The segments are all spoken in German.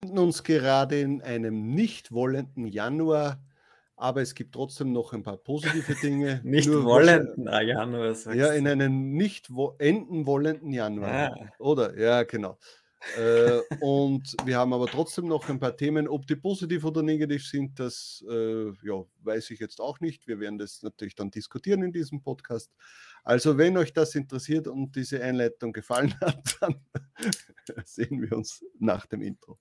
befinden uns gerade in einem nicht wollenden Januar, aber es gibt trotzdem noch ein paar positive Dinge. Nicht Nur wollenden Januar, sagst ja, in du. einem nicht enden wollenden Januar. Ah, Oder? Ja, genau. Und wir haben aber trotzdem noch ein paar Themen. Ob die positiv oder negativ sind, das ja, weiß ich jetzt auch nicht. Wir werden das natürlich dann diskutieren in diesem Podcast. Also, wenn euch das interessiert und diese Einleitung gefallen hat, dann sehen wir uns nach dem Intro.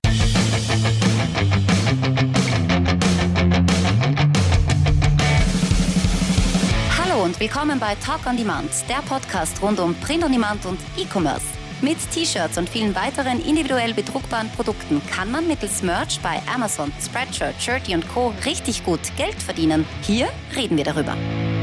Hallo und willkommen bei Talk on Demand, der Podcast rund um Print on Demand und E-Commerce. Mit T-Shirts und vielen weiteren individuell bedruckbaren Produkten kann man mittels Merch bei Amazon, Spreadshirt, Shirty und Co. richtig gut Geld verdienen. Hier reden wir darüber.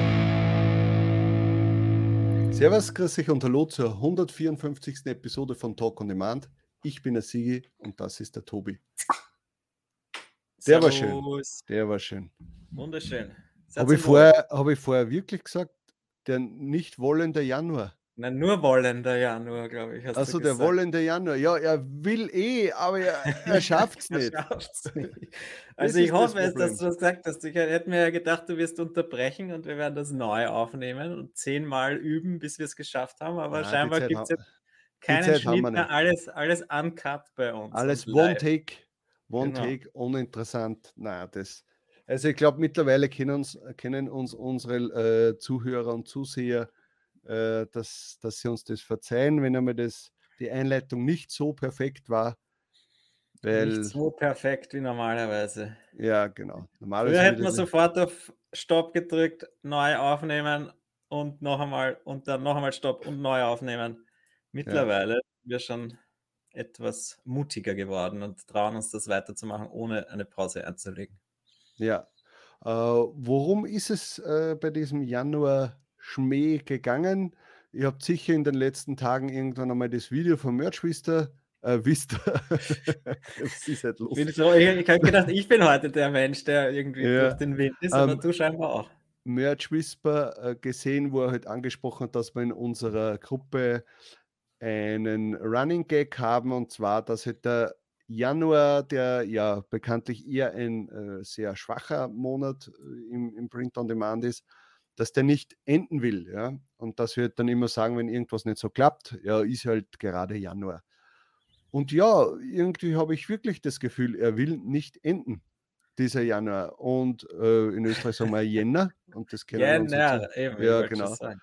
Servus, grüß euch und hallo zur 154. Episode von Talk on Demand. Ich bin der Sigi und das ist der Tobi. Der war schön. Servus. Der war schön. Wunderschön. Habe ich vorher wirklich gesagt, der nicht wollende Januar? Nein, nur wollender Januar, glaube ich, hast Also du der gesagt. wollende Januar. Ja, er will aber er schafft es nicht. Er schafft's nicht. Das Also ist ich das hoffe es, dass Problem. du das gesagt hast. Ich hätte mir ja gedacht, du wirst unterbrechen und wir werden das neu aufnehmen und 10-mal üben, bis wir es geschafft haben. Aber Ja, die scheinbar Zeit gibt es ha- jetzt die keinen Zeit haben wir Schnitt mehr. nicht. Alles uncut bei uns Alles und One live. Take, Genau. uninteressant. Naja, also ich glaube, mittlerweile kennen uns unsere Zuhörer und Zuseher, dass sie uns das verzeihen, wenn einmal die Einleitung nicht so perfekt war, Nicht weil, so perfekt wie normalerweise. ja, genau. Früher Normalerweise hätten wir würde sofort auf Stopp gedrückt, neu aufnehmen und noch einmal und dann noch einmal Stopp und neu aufnehmen. ja, Mittlerweile sind wir schon etwas mutiger geworden und trauen uns das weiterzumachen, ohne eine Pause einzulegen. ja. Worum ist es bei diesem Januar-Schmäh gegangen? Ihr habt sicher in den letzten Tagen irgendwann einmal das Video von Merch Vista. Was ist halt los? Ich habe gedacht, ich bin heute der Mensch, der irgendwie durch Ja, den Wind ist, aber ähm, du scheinbar auch. Merch Whisper gesehen, wo er halt angesprochen hat, dass wir in unserer Gruppe einen Running Gag haben, und zwar, dass halt der Januar, der ja bekanntlich eher ein sehr schwacher Monat im Print on Demand ist, dass der nicht enden will. Ja? Und dass wir dann immer sagen, wenn irgendwas nicht so klappt, ja, ist halt gerade Januar. Und ja, irgendwie habe ich wirklich das Gefühl, er will nicht enden, dieser Januar. Und in Österreich sagen wir Jänner, und das kennen unsere Genau, eben, ich Ja, wollte schon genau. sagen.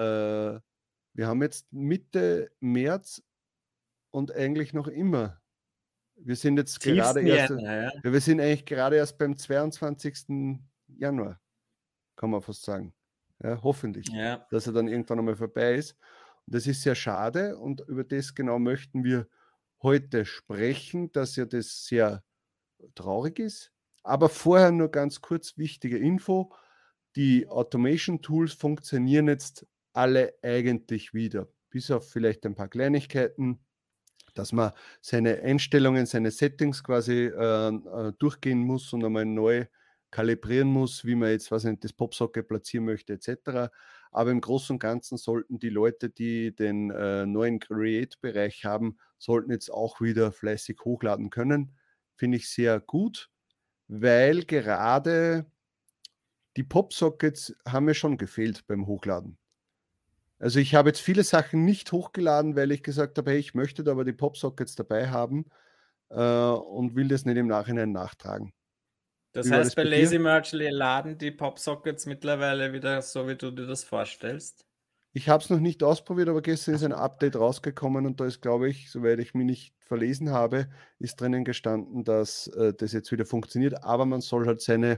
Wir haben jetzt Mitte März und eigentlich noch immer. Wir sind jetzt gerade Tiefsten erst, Jänner, ja. wir sind eigentlich gerade erst beim 22. Januar, kann man fast sagen. Ja, hoffentlich, Ja. dass er dann irgendwann einmal vorbei ist. Und das ist sehr schade, und über das genau möchten wir heute sprechen, dass ja das sehr traurig ist. Aber vorher nur ganz kurz wichtige Info. Die Automation Tools funktionieren jetzt alle eigentlich wieder, bis auf vielleicht ein paar Kleinigkeiten, dass man seine Einstellungen, seine Settings quasi durchgehen muss und einmal neu kalibrieren muss, wie man jetzt, was nicht, das Popsocket platzieren möchte, etc. Aber im Großen und Ganzen sollten die Leute, die den neuen Create-Bereich haben, sollten jetzt auch wieder fleißig hochladen können. Finde ich sehr gut, weil gerade die Popsockets haben mir schon gefehlt beim Hochladen. Also ich habe jetzt viele Sachen nicht hochgeladen, weil ich gesagt habe, hey, ich möchte da aber die Popsockets dabei haben und will das nicht im Nachhinein nachtragen. Das Wie war heißt, das bei bei dir? Lazy Merch laden die Popsockets mittlerweile wieder so, wie du dir das vorstellst? Ich habe es noch nicht ausprobiert, aber gestern ist ein Update rausgekommen, und da ist, glaube ich, soweit ich mich nicht verlesen habe, ist drinnen gestanden, dass das jetzt wieder funktioniert, aber man soll halt seine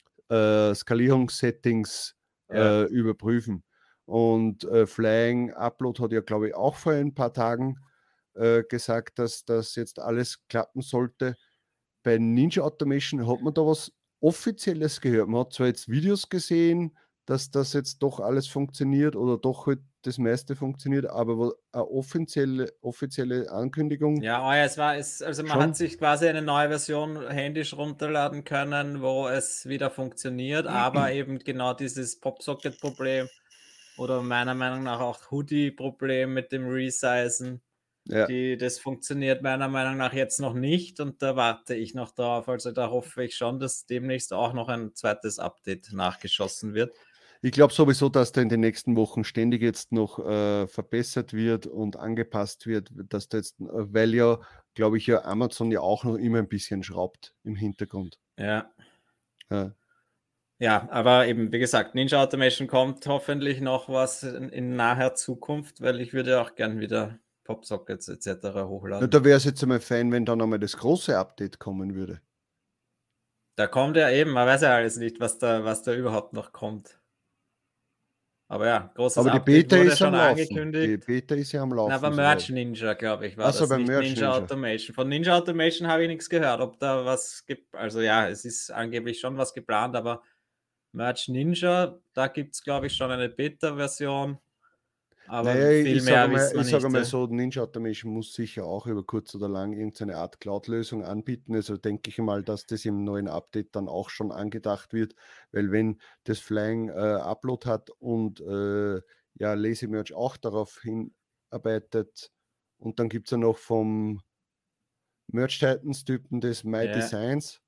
Skalierungssettings Ja. überprüfen. Und Flying Upload hat ja, glaube ich, auch vor ein paar Tagen gesagt, dass das jetzt alles klappen sollte. Bei Ninja Automation hat man da was Offizielles gehört. Man hat zwar jetzt Videos gesehen, dass das jetzt doch alles funktioniert oder doch halt das meiste funktioniert, aber eine offizielle Ankündigung Ja, also man hat schon. sich quasi eine neue Version händisch runterladen können, wo es wieder funktioniert, aber eben genau dieses Popsocket-Problem oder meiner Meinung nach auch Hoodie-Problem mit dem Resizen Ja. Das funktioniert meiner Meinung nach jetzt noch nicht und da warte ich noch drauf. Also da hoffe ich schon, dass demnächst auch noch ein zweites Update nachgeschossen wird. Ich glaube sowieso, dass da in den nächsten Wochen ständig jetzt noch verbessert wird und angepasst wird, dass da jetzt, weil ja, glaube ich, ja Amazon ja auch noch immer ein bisschen schraubt im Hintergrund. Ja. Ja. Ja, aber eben, wie gesagt, Ninja Automation kommt hoffentlich noch was in naher Zukunft, weil ich würde auch gern wieder Popsockets etc. Na, hochladen. da wäre es jetzt einmal fein, wenn dann einmal das große Update kommen würde. Da kommt ja eben, man weiß ja alles nicht, was da überhaupt noch kommt. Aber ja, großes Aber die Update Beta wurde ist am schon Laufen. angekündigt. Die Beta ist ja am Laufen. Na, aber Merch Ninja, glaube ich, war Ach so, das, beim nicht Merch Ninja Ninja. Automation. Von Ninja Automation habe ich nichts gehört, ob da was gibt. Also ja, es ist angeblich schon was geplant, aber Merch Ninja, da gibt es, glaube ich, schon eine Beta-Version. Aber Naja, viel ich mehr sage wissen wir sag nicht. mal Ja. so, Ninja Automation muss sicher auch über kurz oder lang irgendeine Art Cloud-Lösung anbieten. Also denke ich mal, dass das im neuen Update dann auch schon angedacht wird, weil wenn das Flying Upload hat und ja, Lazy Merge auch darauf hinarbeitet und dann gibt es ja noch vom Merge Titans-Typen des My Ja. Designs.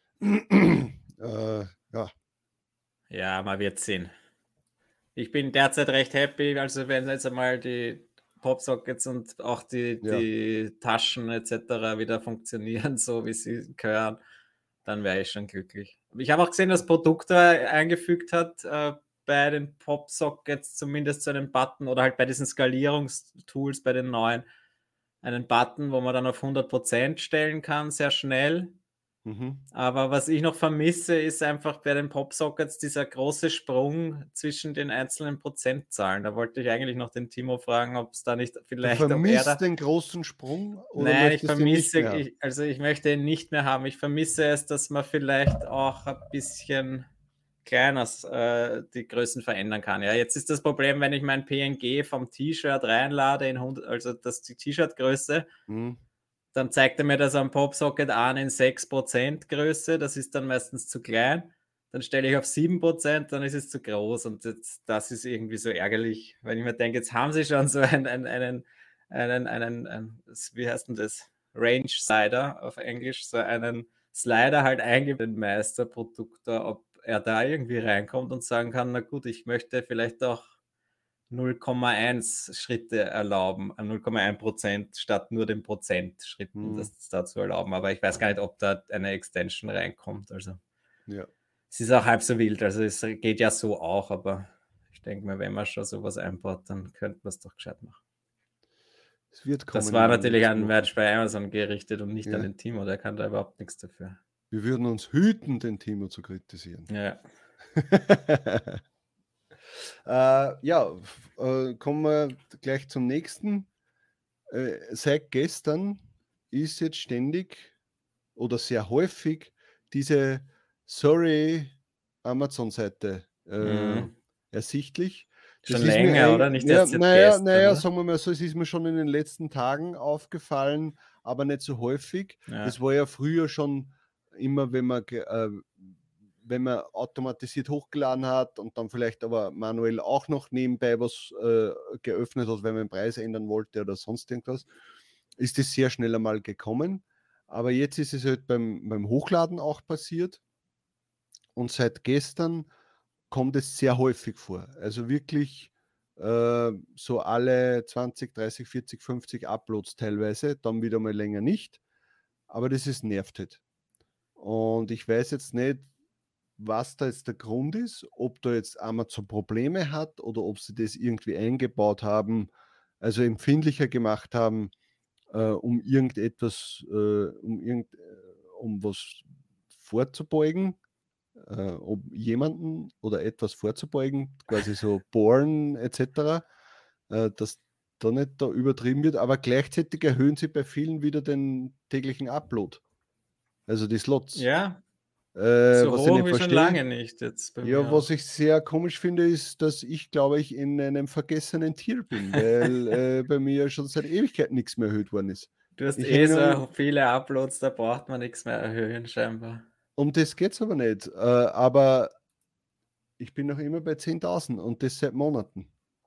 Ja, Ja, man wird sehen. Ich bin derzeit recht happy, also wenn jetzt einmal die Popsockets und auch die Taschen etc. wieder funktionieren, so wie sie gehören, dann wäre ich schon glücklich. Ich habe auch gesehen, dass Produkte eingefügt hat bei den Popsockets, zumindest zu einem Button oder halt bei diesen Skalierungstools, bei den neuen, einen Button, wo man dann auf 100% stellen kann, sehr schnell. mhm. Aber was ich noch vermisse, ist einfach bei den Popsockets dieser große Sprung zwischen den einzelnen Prozentzahlen. Da wollte ich eigentlich noch den Timo fragen, ob es da nicht Du vielleicht, ob er da. vermisst den großen Sprung oder Nein, ich möchtest du ihn nicht vermisse, mehr haben? ich möchte ihn nicht mehr haben. Ich vermisse es, dass man vielleicht auch ein bisschen kleiner die Größen verändern kann. Ja, jetzt ist das Problem, wenn ich mein PNG vom T-Shirt reinlade in 100, also das die T-Shirt-Größe, Mhm. dann zeigt er mir das am Popsocket an in 6% Größe. Das ist dann meistens zu klein. Dann stelle ich auf 7%, dann ist es zu groß. Und das ist irgendwie so ärgerlich, weil ich mir denke, jetzt haben sie schon so einen wie heißt denn das? Range Slider auf Englisch, so einen Slider halt eingebaut, den Meisterproduktor, ob er da irgendwie reinkommt und sagen kann, na gut, ich möchte vielleicht auch 0,1 Schritte erlauben, 0,1% statt nur den Prozentschritten, das da zu erlauben. Aber ich weiß gar nicht, ob da eine Extension reinkommt. Also Ja. es ist auch halb so wild. Also es geht ja so auch, aber ich denke mir, wenn man schon sowas einbaut, dann könnte man es doch gescheit machen. Es wird kommen Das war in den natürlich nächsten ein Wochen. Match bei Amazon gerichtet und nicht Ja. an den Timo, der kann da überhaupt nichts dafür. Wir würden uns hüten, den Timo zu kritisieren. Ja. Ja, kommen wir gleich zum nächsten. Seit gestern ist jetzt ständig oder sehr häufig diese Sorry Amazon-Seite ersichtlich. Schon länger, oder? Nicht erst seit gestern, oder? Sagen wir mal so, es ist mir schon in den letzten Tagen aufgefallen, aber nicht so häufig. Ja. Das war ja früher schon immer, wenn man automatisiert hochgeladen hat und dann vielleicht aber manuell auch noch nebenbei was geöffnet hat, wenn man den Preis ändern wollte oder sonst irgendwas, ist das sehr schnell einmal gekommen. Aber jetzt ist es halt beim Hochladen auch passiert und seit gestern kommt es sehr häufig vor. Also wirklich so alle 20, 30, 40, 50 Uploads teilweise, dann wieder mal länger nicht. Aber das ist nervt halt. Und ich weiß jetzt nicht, was da jetzt der Grund ist, ob da jetzt Amazon Probleme hat oder ob sie das irgendwie eingebaut haben, also empfindlicher gemacht haben, um irgendetwas, um was vorzubeugen, um jemanden oder etwas vorzubeugen, quasi so Born etc., dass da nicht da übertrieben wird, aber gleichzeitig erhöhen sie bei vielen wieder den täglichen Upload. Also die Slots. Ja, so was ich hoch nicht wie schon verstehe. lange nicht jetzt bei Ja, mir. was ich sehr komisch finde, ist, dass ich, glaube ich, in einem vergessenen Tier bin, weil bei mir schon seit Ewigkeit nichts mehr erhöht worden ist. Du hast Ich eh hänge so viele Uploads, da braucht man nichts mehr erhöhen, scheinbar. Um das geht es aber nicht. Aber ich bin noch immer bei 10.000 und das seit Monaten.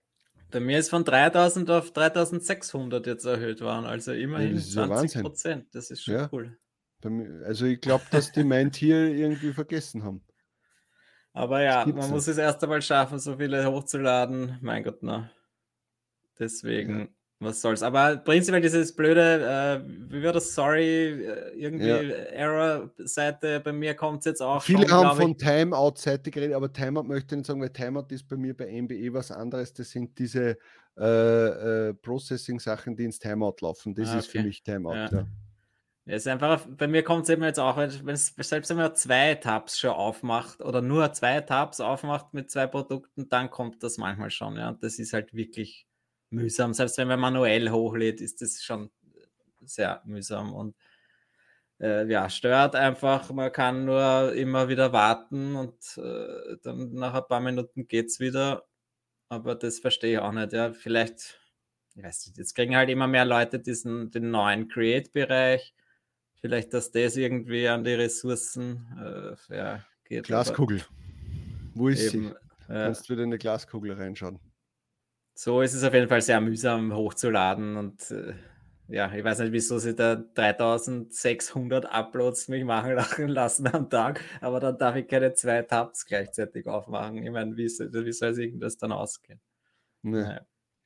Bei mir ist von 3000 auf 3600 jetzt erhöht worden, also immerhin das ist ja Wahnsinn. 20%. Das ist schon Ja. cool. Also ich glaube, dass die mein Tier irgendwie vergessen haben. Aber Das ja, gibt's man nicht. muss es erst einmal schaffen, so viele hochzuladen. Mein Gott, na. Deswegen, was soll's. Aber prinzipiell dieses blöde, wie war das, sorry, irgendwie Ja. Error-Seite, bei mir kommt es jetzt auch Viele schon, haben glaube von ich. Timeout-Seite geredet, aber Timeout möchte ich nicht sagen, weil Timeout ist bei mir bei MBE was anderes. Das sind diese Processing-Sachen, die ins Timeout laufen. Das ist für Okay. mich Timeout. Ja. Ja. Ja, es ist einfach, bei mir kommt es eben jetzt auch, wenn es selbst wenn man 2 Tabs schon aufmacht oder nur 2 Tabs aufmacht mit 2 Produkten, dann kommt das manchmal schon, ja. Und das ist halt wirklich mühsam. Selbst wenn man manuell hochlädt, ist das schon sehr mühsam und ja, stört einfach. Man kann nur immer wieder warten und dann nach ein paar Minuten geht es wieder. Aber das verstehe ich auch nicht, ja. Vielleicht, ich weiß nicht, jetzt kriegen halt immer mehr Leute den neuen Create-Bereich. Vielleicht, dass das irgendwie an die Ressourcen geht. Glaskugel. Wo ist eben, sie? Kannst du wieder in eine Glaskugel reinschauen. So ist es auf jeden Fall sehr mühsam hochzuladen und ja, ich weiß nicht, wieso sie da 3600 Uploads mich machen lassen am Tag, aber dann darf ich keine 2 Tabs gleichzeitig aufmachen. Ich meine, wie soll sich das dann ausgehen? Ne. Naja.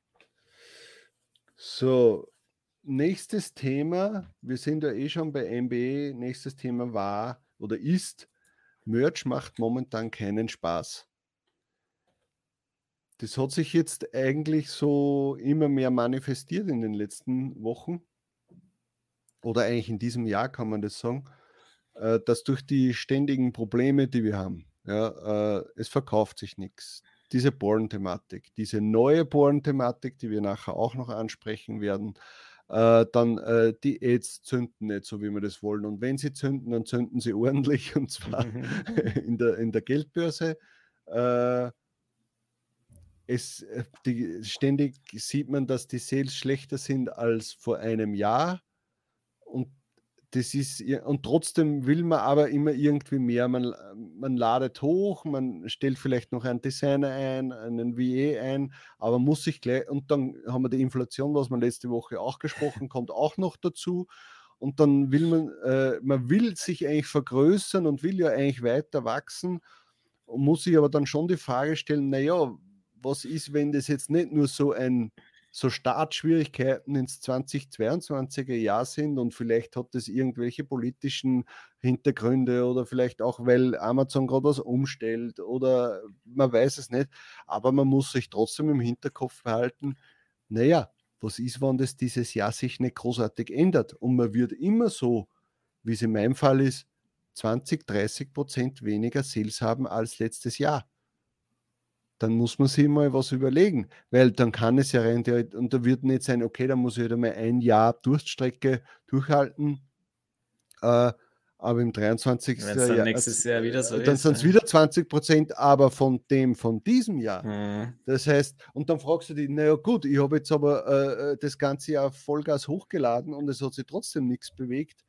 So, nächstes Thema. Wir sind ja eh schon bei MBE. Nächstes Thema war oder ist, Merch macht momentan keinen Spaß. Das hat sich jetzt eigentlich so immer mehr manifestiert in den letzten Wochen. Oder eigentlich in diesem Jahr kann man das sagen, dass durch die ständigen Probleme, die wir haben, ja, es verkauft sich nichts. Diese Born-Thematik, diese neue Born-Thematik, die wir nachher auch noch ansprechen werden, dann die Ads zünden nicht so, wie wir das wollen. Und wenn sie zünden, dann zünden sie ordentlich und zwar in der Geldbörse. Ständig sieht man, dass die Sales schlechter sind als vor einem Jahr. Und das ist, und trotzdem will man aber immer irgendwie mehr. Man ladet hoch, man stellt vielleicht noch einen Designer ein, einen VA ein, aber muss sich gleich, und dann haben wir die Inflation, was wir letzte Woche auch gesprochen, kommt auch noch dazu. Und dann will man will sich eigentlich vergrößern und will ja eigentlich weiter wachsen und muss sich aber dann schon die Frage stellen, naja, was ist, wenn das jetzt nicht nur so Startschwierigkeiten ins 2022er Jahr sind und vielleicht hat das irgendwelche politischen Hintergründe oder vielleicht auch, weil Amazon gerade was umstellt oder man weiß es nicht, aber man muss sich trotzdem im Hinterkopf behalten, naja, was ist, wenn das dieses Jahr sich nicht großartig ändert und man wird immer so, wie es in meinem Fall ist, 20-30% weniger Sales haben als letztes Jahr. Dann muss man sich mal was überlegen, weil dann kann es ja rein, und da wird nicht sein, okay, dann muss ich wieder mal ein Jahr Durststrecke durchhalten, aber im 23. Wenn es dann nächstes Jahr wieder so dann ist. sind es wieder 20%, aber von diesem Jahr. Mhm. Das heißt, und dann fragst du dich, naja gut, ich habe jetzt aber das ganze Jahr Vollgas hochgeladen und es hat sich trotzdem nichts bewegt.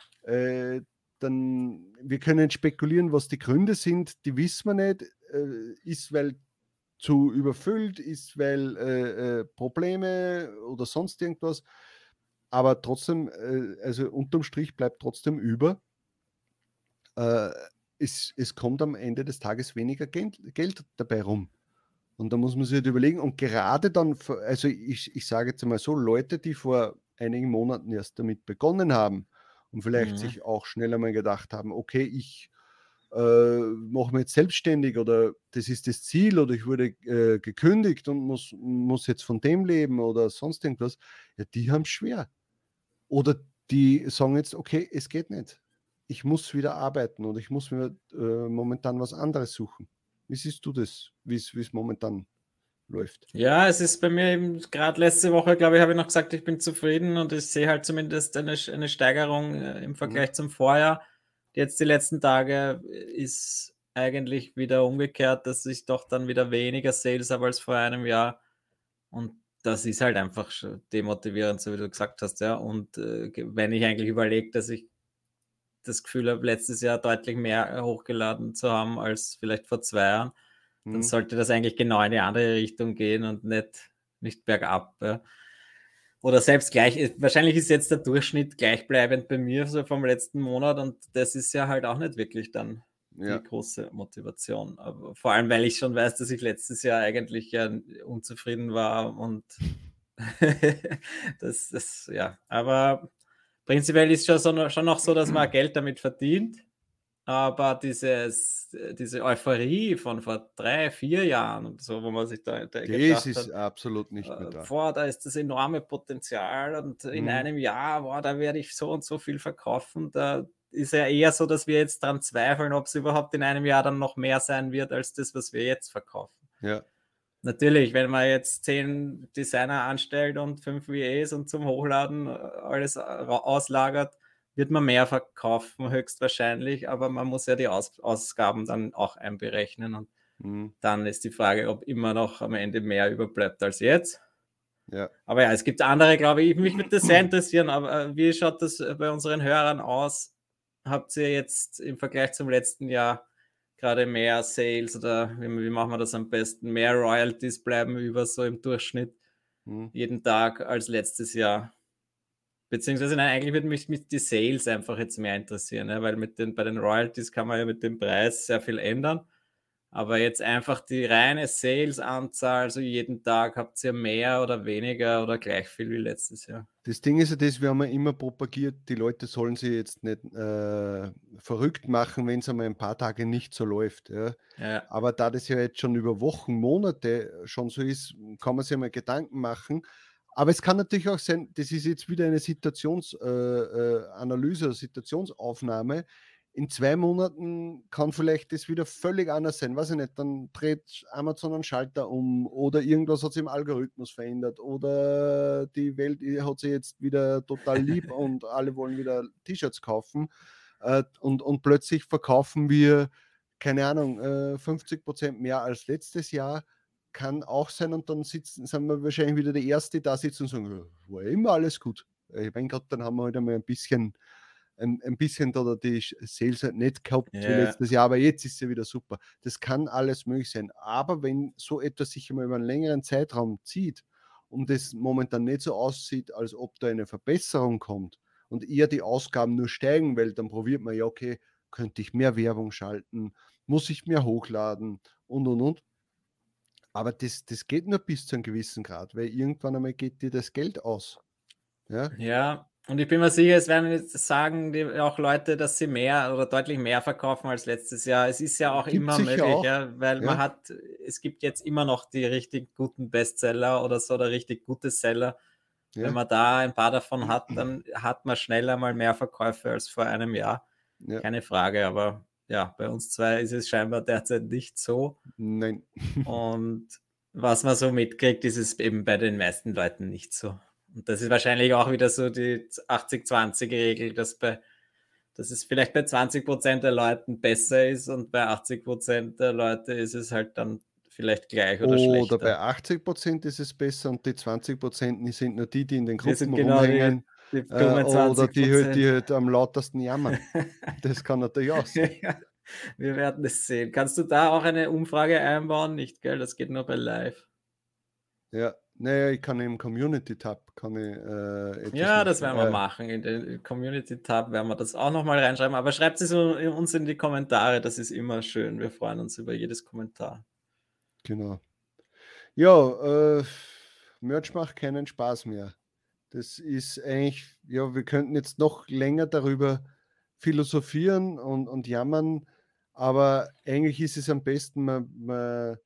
Dann, wir können spekulieren, was die Gründe sind, die wissen wir nicht. Ist, weil zu überfüllt, ist, weil Probleme oder sonst irgendwas. Aber trotzdem, also unterm Strich bleibt trotzdem über. Es kommt am Ende des Tages weniger Geld dabei rum. Und da muss man sich halt überlegen, und gerade dann, also ich sage jetzt mal so, Leute, die vor einigen Monaten erst damit begonnen haben und vielleicht sich auch schneller mal gedacht haben, okay, ich mache mich jetzt selbstständig oder das ist das Ziel oder ich wurde gekündigt und muss jetzt von dem leben oder sonst irgendwas, ja, die haben es schwer. Oder die sagen jetzt, okay, es geht nicht. Ich muss wieder arbeiten oder ich muss mir momentan was anderes suchen. Wie siehst du das, wie es momentan läuft? Ja, es ist bei mir eben gerade letzte Woche, glaube ich, habe ich noch gesagt, ich bin zufrieden und ich sehe halt zumindest eine Steigerung im Vergleich zum Vorjahr. Jetzt die letzten Tage ist eigentlich wieder umgekehrt, dass ich doch dann wieder weniger Sales habe als vor einem Jahr. Und das ist halt einfach demotivierend, so wie du gesagt hast, ja. Und wenn ich eigentlich überlege, dass ich das Gefühl habe, letztes Jahr deutlich mehr hochgeladen zu haben als vielleicht vor 2 Jahren, dann sollte das eigentlich genau in die andere Richtung gehen und nicht nicht bergab. Ja. Oder selbst gleich, wahrscheinlich ist jetzt der Durchschnitt gleichbleibend bei mir so vom letzten Monat und das ist ja halt auch nicht wirklich dann die große Motivation. Aber vor allem, weil ich schon weiß, dass ich letztes Jahr eigentlich ja unzufrieden war und das ja. Aber prinzipiell ist schon noch so, dass man Geld damit verdient. Aber diese Euphorie von vor 3, 4 Jahren und so, wo man sich da gedacht Das ist hat, absolut nicht mehr da. da ist das enorme Potenzial und in einem Jahr, da werde ich so und so viel verkaufen. Da ist ja eher so, dass wir jetzt daran zweifeln, ob es überhaupt in einem Jahr dann noch mehr sein wird, als das, was wir jetzt verkaufen. Ja. Natürlich, wenn man jetzt 10 Designer anstellt und 5 VAs und zum Hochladen alles auslagert, wird man mehr verkaufen, höchstwahrscheinlich, aber man muss ja die Ausgaben dann auch einberechnen und dann ist die Frage, ob immer noch am Ende mehr überbleibt als jetzt. Ja. Aber ja, es gibt andere, glaube ich, mich würde das sehr interessieren, aber wie schaut das bei unseren Hörern aus? Habt ihr jetzt im Vergleich zum letzten Jahr gerade mehr Sales oder wie machen wir das am besten? Mehr Royalties bleiben über so im Durchschnitt jeden Tag als letztes Jahr? Beziehungsweise nein, eigentlich würde mich die Sales einfach jetzt mehr interessieren, ne? Weil bei den Royalties kann man ja mit dem Preis sehr viel ändern. Aber jetzt einfach die reine Sales-Anzahl, also jeden Tag habt ihr mehr oder weniger oder gleich viel wie letztes Jahr. Das Ding ist ja das, wir haben ja immer propagiert, die Leute sollen sich jetzt nicht verrückt machen, wenn es einmal ein paar Tage nicht so läuft. Ja. Ja. Aber da das ja jetzt schon über Wochen, Monate schon so ist, kann man sich mal Gedanken machen. Aber es kann natürlich auch sein, das ist jetzt wieder eine Situationsanalyse, Situationsaufnahme. In 2 Monaten kann vielleicht das wieder völlig anders sein. Weiß ich nicht, dann dreht Amazon einen Schalter um oder irgendwas hat sich im Algorithmus verändert oder die Welt hat sich jetzt wieder total lieb und alle wollen wieder T-Shirts kaufen und plötzlich verkaufen wir, keine Ahnung, 50% mehr als letztes Jahr. Kann auch sein und dann sind wir wahrscheinlich wieder die Erste, die da sitzen und sagen, war immer alles gut. Mein Gott, dann haben wir halt einmal ein bisschen da die Sales halt nicht gehabt wie letztes Jahr, aber jetzt ist sie wieder super. Das kann alles möglich sein. Aber wenn so etwas sich immer über einen längeren Zeitraum zieht und das momentan nicht so aussieht, als ob da eine Verbesserung kommt und eher die Ausgaben nur steigen, weil dann probiert man ja, okay, könnte ich mehr Werbung schalten, muss ich mehr hochladen und. Aber das geht nur bis zu einem gewissen Grad, weil irgendwann einmal geht dir das Geld aus. Ja, und ich bin mir sicher, es werden jetzt sagen auch Leute, dass sie mehr oder deutlich mehr verkaufen als letztes Jahr. Es ist ja auch immer möglich, auch. Ja, weil es gibt jetzt immer noch die richtig guten Bestseller oder so, oder richtig gute Seller. Ja. Wenn man da ein paar davon hat, dann hat man schneller mal mehr Verkäufe als vor einem Jahr. Ja. Keine Frage, aber ja, bei uns zwei ist es scheinbar derzeit nicht so. Nein. Und was man so mitkriegt, ist es eben bei den meisten Leuten nicht so. Und das ist wahrscheinlich auch wieder so die 80-20-Regel, dass es vielleicht bei 20% der Leuten besser ist und bei 80% der Leute ist es halt dann vielleicht gleich oder schlechter. Oder bei 80% ist es besser und die 20% sind nur die in den Gruppen rumhängen. Oder die halt am lautesten jammern. Das kann natürlich auch sein. Ja, wir werden es sehen. Kannst du da auch eine Umfrage einbauen? Nicht, gell? Das geht nur bei Live. Ja, naja, ich kann im Community-Tab ja, das werden wir machen. In den Community-Tab werden wir das auch nochmal reinschreiben. Aber schreibt es uns in die Kommentare. Das ist immer schön. Wir freuen uns über jedes Kommentar. Genau. Ja, Merch macht keinen Spaß mehr. Das ist eigentlich, ja, wir könnten jetzt noch länger darüber philosophieren und jammern, aber eigentlich ist es am besten, man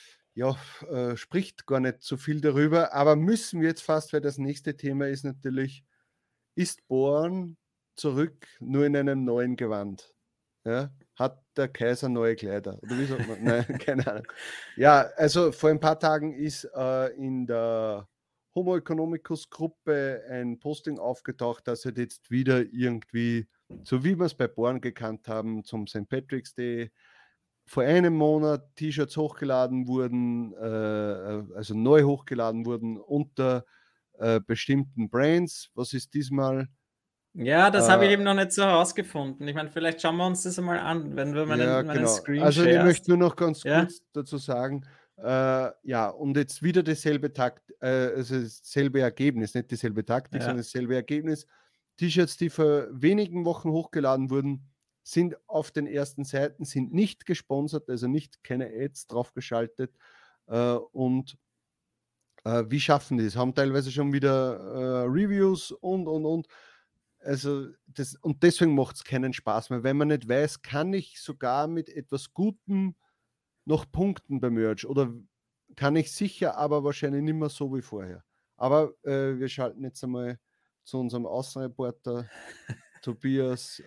spricht gar nicht so viel darüber, aber müssen wir jetzt fast, weil das nächste Thema ist natürlich, ist Born zurück, nur in einem neuen Gewand? Ja? Hat der Kaiser neue Kleider? Oder wie sagt man? Nein, keine Ahnung. Ja, also vor ein paar Tagen ist in der Homo economicus Gruppe ein Posting aufgetaucht, dass er jetzt wieder irgendwie, so wie wir es bei Born gekannt haben, zum St. Patrick's Day, vor einem Monat T-Shirts hochgeladen wurden, also neu hochgeladen wurden unter bestimmten Brands. Was ist diesmal? Ja, das habe ich eben noch nicht so herausgefunden. Ich meine, vielleicht schauen wir uns das einmal an, wenn wir meinen genau. Screen Also ich sharest. möchte nur noch ganz kurz dazu sagen, Ja, und jetzt wieder dasselbe also dasselbe Ergebnis, nicht dieselbe Taktik, sondern dasselbe Ergebnis. T-Shirts, die vor wenigen Wochen hochgeladen wurden, sind auf den ersten Seiten, sind nicht gesponsert, also keine Ads draufgeschaltet. Und wie schaffen die das? Haben teilweise schon wieder Reviews und. Also und deswegen macht es keinen Spaß mehr. Wenn man nicht weiß, kann ich sogar mit etwas Gutem noch punkten beim Merch oder kann ich sicher, aber wahrscheinlich nicht mehr so wie vorher. Aber wir schalten jetzt einmal zu unserem Außenreporter Tobias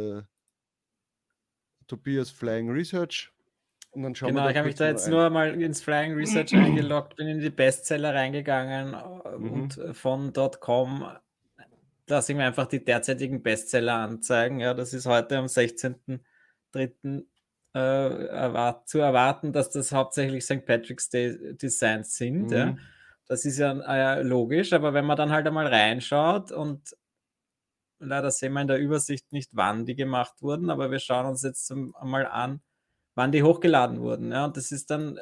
Flying Research. Und dann schauen Genau, wir ich habe mich kurz da mal jetzt ein. nur mal ins Flying Research eingeloggt, bin in die Bestseller reingegangen und von .com lasse ich mir einfach die derzeitigen Bestseller anzeigen. Ja, das ist heute am 16.03. Zu erwarten, dass das hauptsächlich St. Patrick's Day Designs sind. Ja. Das ist ja logisch, aber wenn man dann halt einmal reinschaut und leider sehen wir in der Übersicht nicht, wann die gemacht wurden, aber wir schauen uns jetzt einmal an, wann die hochgeladen wurden. Ja. Und das ist dann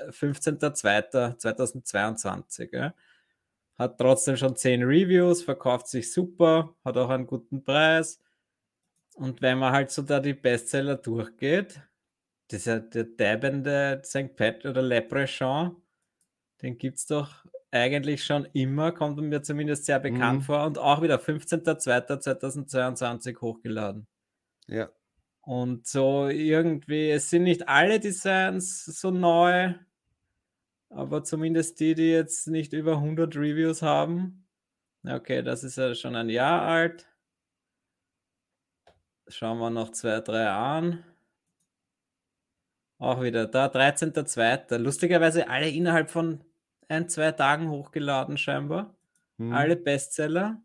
15.02.2022. Ja. Hat trotzdem schon 10 Reviews, verkauft sich super, hat auch einen guten Preis. Und wenn man halt so da die Bestseller durchgeht, das ist ja der derbende St. Pat oder Leprechaun, den gibt es doch eigentlich schon immer, kommt mir zumindest sehr bekannt vor und auch wieder 15.02.2022 hochgeladen. Ja. Und so irgendwie, es sind nicht alle Designs so neu, aber zumindest die jetzt nicht über 100 Reviews haben. Okay, das ist ja schon ein Jahr alt. Schauen wir noch 2, 3 an. Auch wieder da, 13.02. Lustigerweise alle innerhalb von 1, 2 Tagen hochgeladen scheinbar. Alle Bestseller.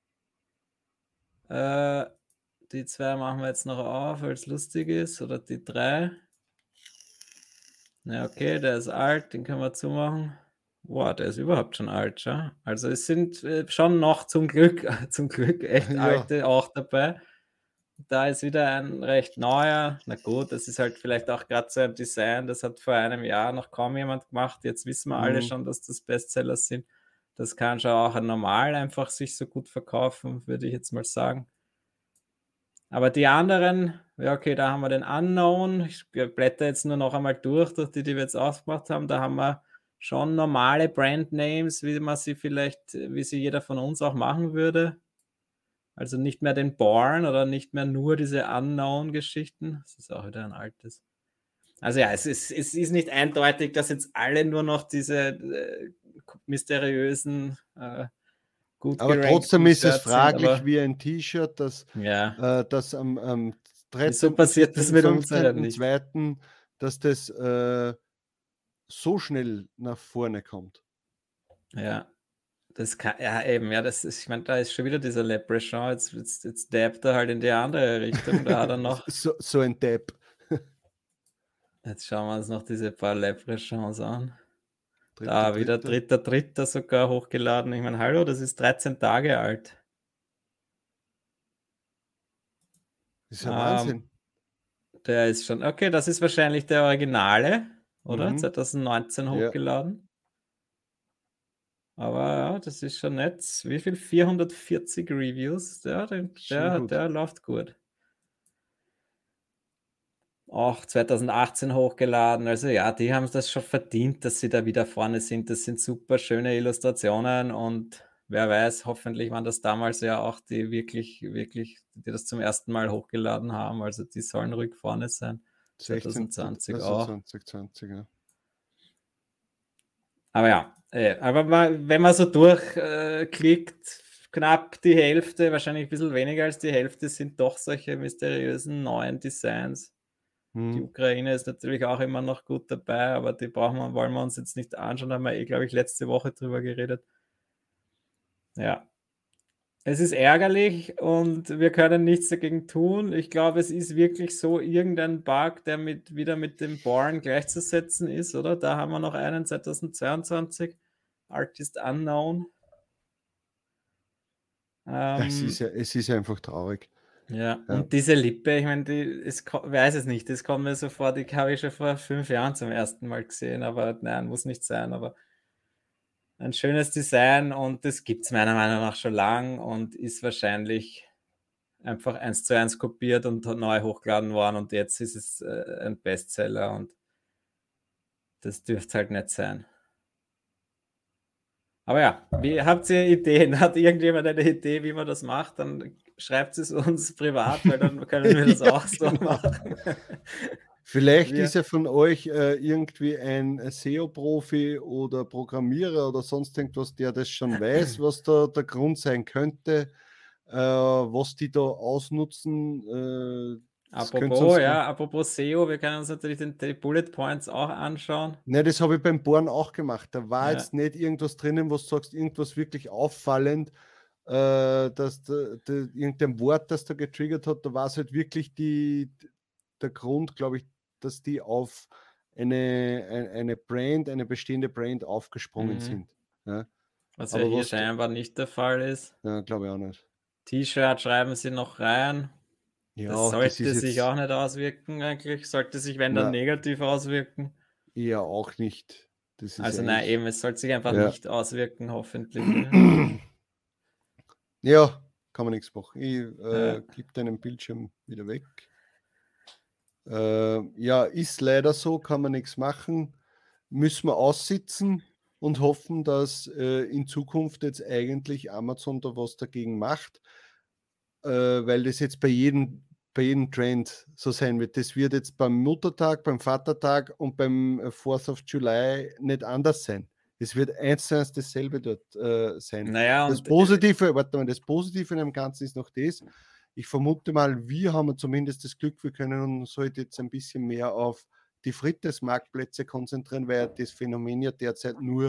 Die 2 machen wir jetzt noch auf, weil es lustig ist. Oder die 3. Ja, okay, der ist alt, den können wir zumachen. Boah, der ist überhaupt schon alt, ja. Also es sind schon noch zum Glück echt alte auch dabei. Da ist wieder ein recht neuer. Na gut, das ist halt vielleicht auch gerade so ein Design, das hat vor einem Jahr noch kaum jemand gemacht. Jetzt wissen wir alle schon, dass das Bestseller sind. Das kann schon auch normal einfach sich so gut verkaufen, würde ich jetzt mal sagen. Aber die anderen, ja okay, da haben wir den Unknown. Ich blätter jetzt nur noch einmal durch die wir jetzt aufgemacht haben. Da haben wir schon normale Brandnames, wie sie jeder von uns auch machen würde. Also nicht mehr den Born oder nicht mehr nur diese Unknown-Geschichten. Das ist auch wieder ein altes. Also ja, es ist nicht eindeutig, dass jetzt alle nur noch diese mysteriösen gut aber trotzdem ist es fraglich, sind, wie ein T-Shirt, das am 13. Wieso passiert das mit uns ja nicht? 15.02., dass das so schnell nach vorne kommt. Ja, das kann, ja eben, ja, das ist, ich meine, da ist schon wieder dieser Leprechaun, jetzt dabbt er halt in die andere Richtung, da hat er noch. so ein Depp. Jetzt schauen wir uns noch diese paar Leprechauns an. Da wieder 3.3. sogar hochgeladen. Ich meine, hallo, das ist 13 Tage alt. Das ist ja Wahnsinn. Der ist schon, okay, das ist wahrscheinlich der Originale, oder? 2019 hochgeladen. Aber ja, das ist schon nett. Wie viel? 440 Reviews. Der läuft gut. Auch 2018 hochgeladen. Also ja, die haben das schon verdient, dass sie da wieder vorne sind. Das sind super schöne Illustrationen und wer weiß, hoffentlich waren das damals ja auch die wirklich, die das zum ersten Mal hochgeladen haben. Also die sollen ruhig vorne sein. 2020 auch. 2020, ja. Aber ja, wenn man so durchklickt, knapp die Hälfte, wahrscheinlich ein bisschen weniger als die Hälfte, sind doch solche mysteriösen neuen Designs. Die Ukraine ist natürlich auch immer noch gut dabei, aber die wollen wir uns jetzt nicht anschauen, da haben wir glaube ich, letzte Woche drüber geredet. Ja, es ist ärgerlich und wir können nichts dagegen tun. Ich glaube, es ist wirklich so irgendein Bug, der wieder mit dem Born gleichzusetzen ist, oder? Da haben wir noch einen 2022, Artist Unknown. Es ist einfach traurig. Ja, und diese Lippe, ich meine, weiß es nicht, das kommt mir so vor, die habe ich schon vor 5 Jahren zum ersten Mal gesehen, aber nein, muss nicht sein, aber ein schönes Design und das gibt es meiner Meinung nach schon lang und ist wahrscheinlich einfach 1:1 kopiert und neu hochgeladen worden und jetzt ist es ein Bestseller und das dürfte halt nicht sein. Aber ja, habt ihr Ideen? Hat irgendjemand eine Idee, wie man das macht? Dann schreibt es uns privat, weil dann können wir das auch so machen. Vielleicht ist ja von euch irgendwie ein SEO-Profi oder Programmierer oder sonst irgendwas, der das schon weiß, was da der Grund sein könnte, was die da ausnutzen. Apropos SEO, wir können uns natürlich die Bullet Points auch anschauen. Ne, das habe ich beim Bohren auch gemacht. Da war jetzt nicht irgendwas drinnen, wo du sagst, irgendwas wirklich auffallend, dass irgendein Wort, das da getriggert hat, da war es halt wirklich der Grund, glaube ich, dass die auf eine Brand, eine bestehende Brand aufgesprungen sind. Ja. Was ja hier scheinbar nicht der Fall ist. Ja, glaube ich auch nicht. T-Shirt schreiben sie noch rein. Ja, das sollte sich auch nicht auswirken eigentlich. Sollte sich, wenn dann negativ auswirken. Ja, auch nicht. Das ist also nein, eben, es sollte sich einfach nicht auswirken, hoffentlich. Ja, kann man nichts machen. Ich gebe deinen Bildschirm wieder weg. Ja, ist leider so, kann man nichts machen. Müssen wir aussitzen und hoffen, dass in Zukunft jetzt eigentlich Amazon da was dagegen macht, weil das jetzt bei jedem Trend so sein wird. Das wird jetzt beim Muttertag, beim Vatertag und beim 4th of July nicht anders sein. Es wird 1:1 dasselbe dort sein. Naja, das Positive in dem Ganzen ist noch das. Ich vermute mal, wir haben zumindest das Glück, wir können uns heute jetzt ein bisschen mehr auf die Frites-Marktplätze konzentrieren, weil das Phänomen ja derzeit nur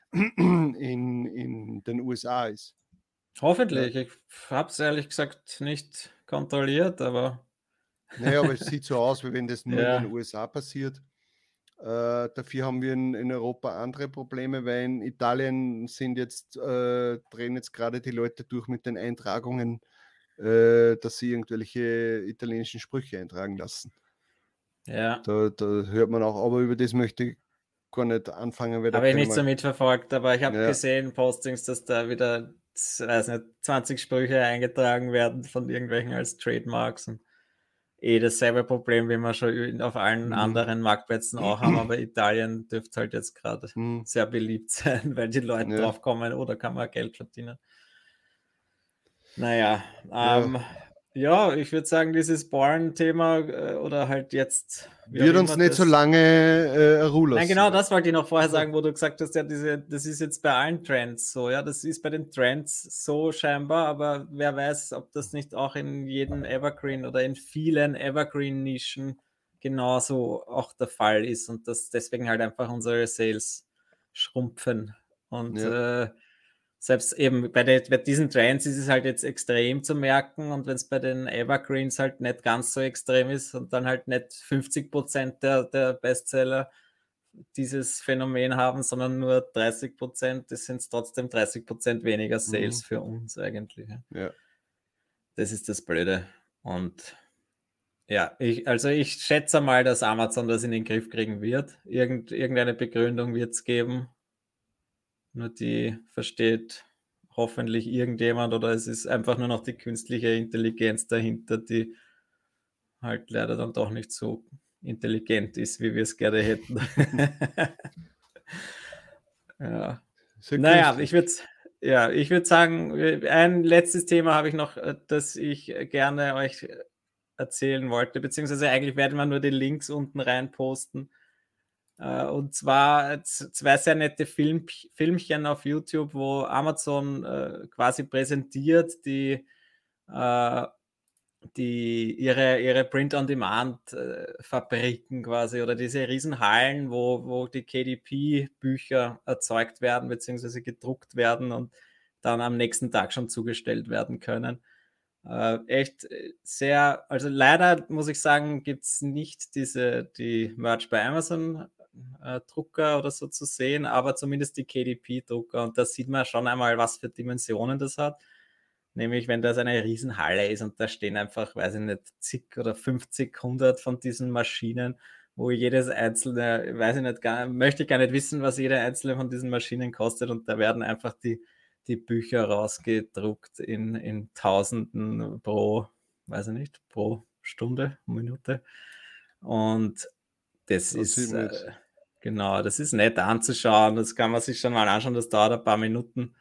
in den USA ist. Hoffentlich. Ja. Ich habe es ehrlich gesagt nicht kontrolliert, aber... Naja, aber es sieht so aus, wie wenn das nur in den USA passiert. Dafür haben wir in Europa andere Probleme, weil in Italien drehen jetzt gerade die Leute durch mit den Eintragungen, dass sie irgendwelche italienischen Sprüche eintragen lassen. Ja. Da hört man auch, aber über das möchte ich gar nicht anfangen. Habe ich nicht so mitverfolgt, aber ich habe gesehen, Postings, dass da wieder 20 Sprüche eingetragen werden von irgendwelchen als Trademarks und dasselbe Problem, wie wir schon auf allen anderen Marktplätzen auch haben, aber Italien dürfte halt jetzt gerade sehr beliebt sein, weil die Leute drauf kommen, oder kann man Geld verdienen. Naja, ich würde sagen, dieses Born-Thema oder halt jetzt... Wird uns nicht so lange Ruhe lassen. Nein, genau, das wollte ich noch vorher sagen, wo du gesagt hast, ja, das ist jetzt bei allen Trends so, ja, das ist bei den Trends so scheinbar, aber wer weiß, ob das nicht auch in jedem Evergreen oder in vielen Evergreen-Nischen genauso auch der Fall ist und dass deswegen halt einfach unsere Sales schrumpfen und selbst eben bei diesen Trends ist es halt jetzt extrem zu merken und wenn es bei den Evergreens halt nicht ganz so extrem ist und dann halt nicht 50% der Bestseller dieses Phänomen haben, sondern nur 30%, das sind trotzdem 30% weniger Sales für uns eigentlich. Ja. Das ist das Blöde. Und ja, ich schätze mal, dass Amazon das in den Griff kriegen wird. Irgendeine Begründung wird es geben. Nur die versteht hoffentlich irgendjemand oder es ist einfach nur noch die künstliche Intelligenz dahinter, die halt leider dann doch nicht so intelligent ist, wie wir es gerne hätten. Ja. Naja, ich würde sagen, ein letztes Thema habe ich noch, das ich gerne euch erzählen wollte, beziehungsweise eigentlich werden wir nur die Links unten rein posten. Und zwar 2 sehr nette Filmchen auf YouTube, wo Amazon quasi präsentiert, ihre Print-on-Demand-Fabriken quasi oder diese Riesenhallen, wo die KDP-Bücher erzeugt werden bzw. gedruckt werden und dann am nächsten Tag schon zugestellt werden können. Echt sehr, also leider muss ich sagen, gibt es nicht die Merch bei Amazon Drucker oder so zu sehen, aber zumindest die KDP-Drucker und da sieht man schon einmal, was für Dimensionen das hat. Nämlich, wenn da so eine Riesenhalle ist und da stehen einfach, weiß ich nicht, zig oder 50, 100 von diesen Maschinen, wo jedes einzelne, weiß ich nicht, möchte ich gar nicht wissen, was jede einzelne von diesen Maschinen kostet, und da werden einfach die Bücher rausgedruckt in Tausenden pro, weiß ich nicht, pro Stunde, Minute. Und das ist, genau, das ist nett anzuschauen, das kann man sich schon mal anschauen, das dauert ein paar Minuten.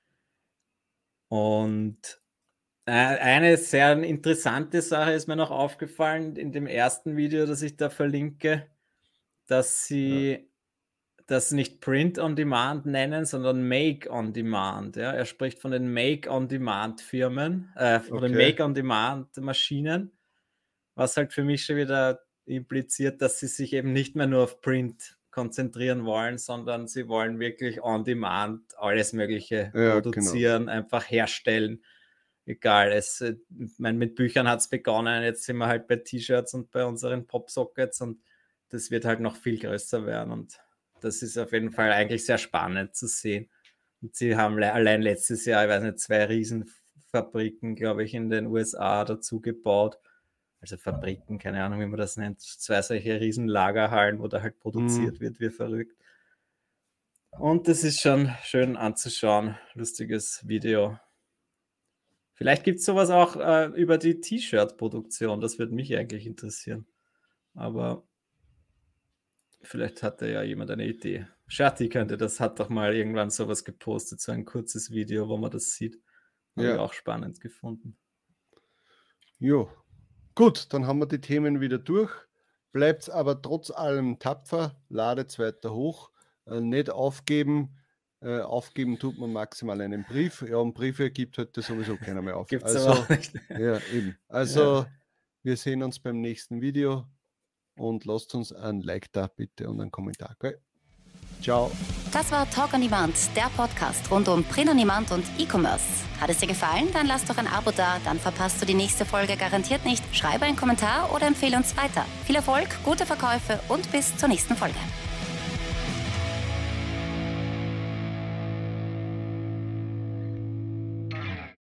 Und eine sehr interessante Sache ist mir noch aufgefallen in dem ersten Video, das ich da verlinke, dass sie das nicht Print on Demand nennen, sondern Make on Demand. Ja? Er spricht von den Make on Demand Firmen, von den Make on Demand Maschinen, was halt für mich schon wieder impliziert, dass sie sich eben nicht mehr nur auf Print konzentrieren wollen, sondern sie wollen wirklich on Demand alles Mögliche produzieren, einfach herstellen. Egal, ich meine, mit Büchern hat es begonnen, jetzt sind wir halt bei T-Shirts und bei unseren Popsockets, und das wird halt noch viel größer werden, und das ist auf jeden Fall eigentlich sehr spannend zu sehen. Und sie haben allein letztes Jahr, ich weiß nicht, 2 Riesenfabriken, glaube ich, in den USA dazu gebaut. Also Fabriken, keine Ahnung, wie man das nennt. 2 solche Riesenlagerhallen, wo da halt produziert wird, wie verrückt. Und das ist schon schön anzuschauen. Lustiges Video. Vielleicht gibt es sowas auch über die T-Shirt-Produktion. Das würde mich eigentlich interessieren. Aber vielleicht hatte ja jemand eine Idee. Shirty hat doch mal irgendwann sowas gepostet, so ein kurzes Video, wo man das sieht. Habe ich auch spannend gefunden. Jo. Gut, dann haben wir die Themen wieder durch. Bleibt aber trotz allem tapfer, ladet weiter hoch, nicht aufgeben. Aufgeben tut man maximal einen Brief. Ja, und Briefe gibt heute sowieso keiner mehr auf. Gibt's aber auch nicht. Ja, eben. Also, wir sehen uns beim nächsten Video, und lasst uns ein Like da bitte und einen Kommentar. Okay? Ciao. Das war Talk on Demand, der Podcast rund um Print on Demand und E-Commerce. Hat es dir gefallen? Dann lass doch ein Abo da, dann verpasst du die nächste Folge garantiert nicht. Schreibe einen Kommentar oder empfehle uns weiter. Viel Erfolg, gute Verkäufe und bis zur nächsten Folge.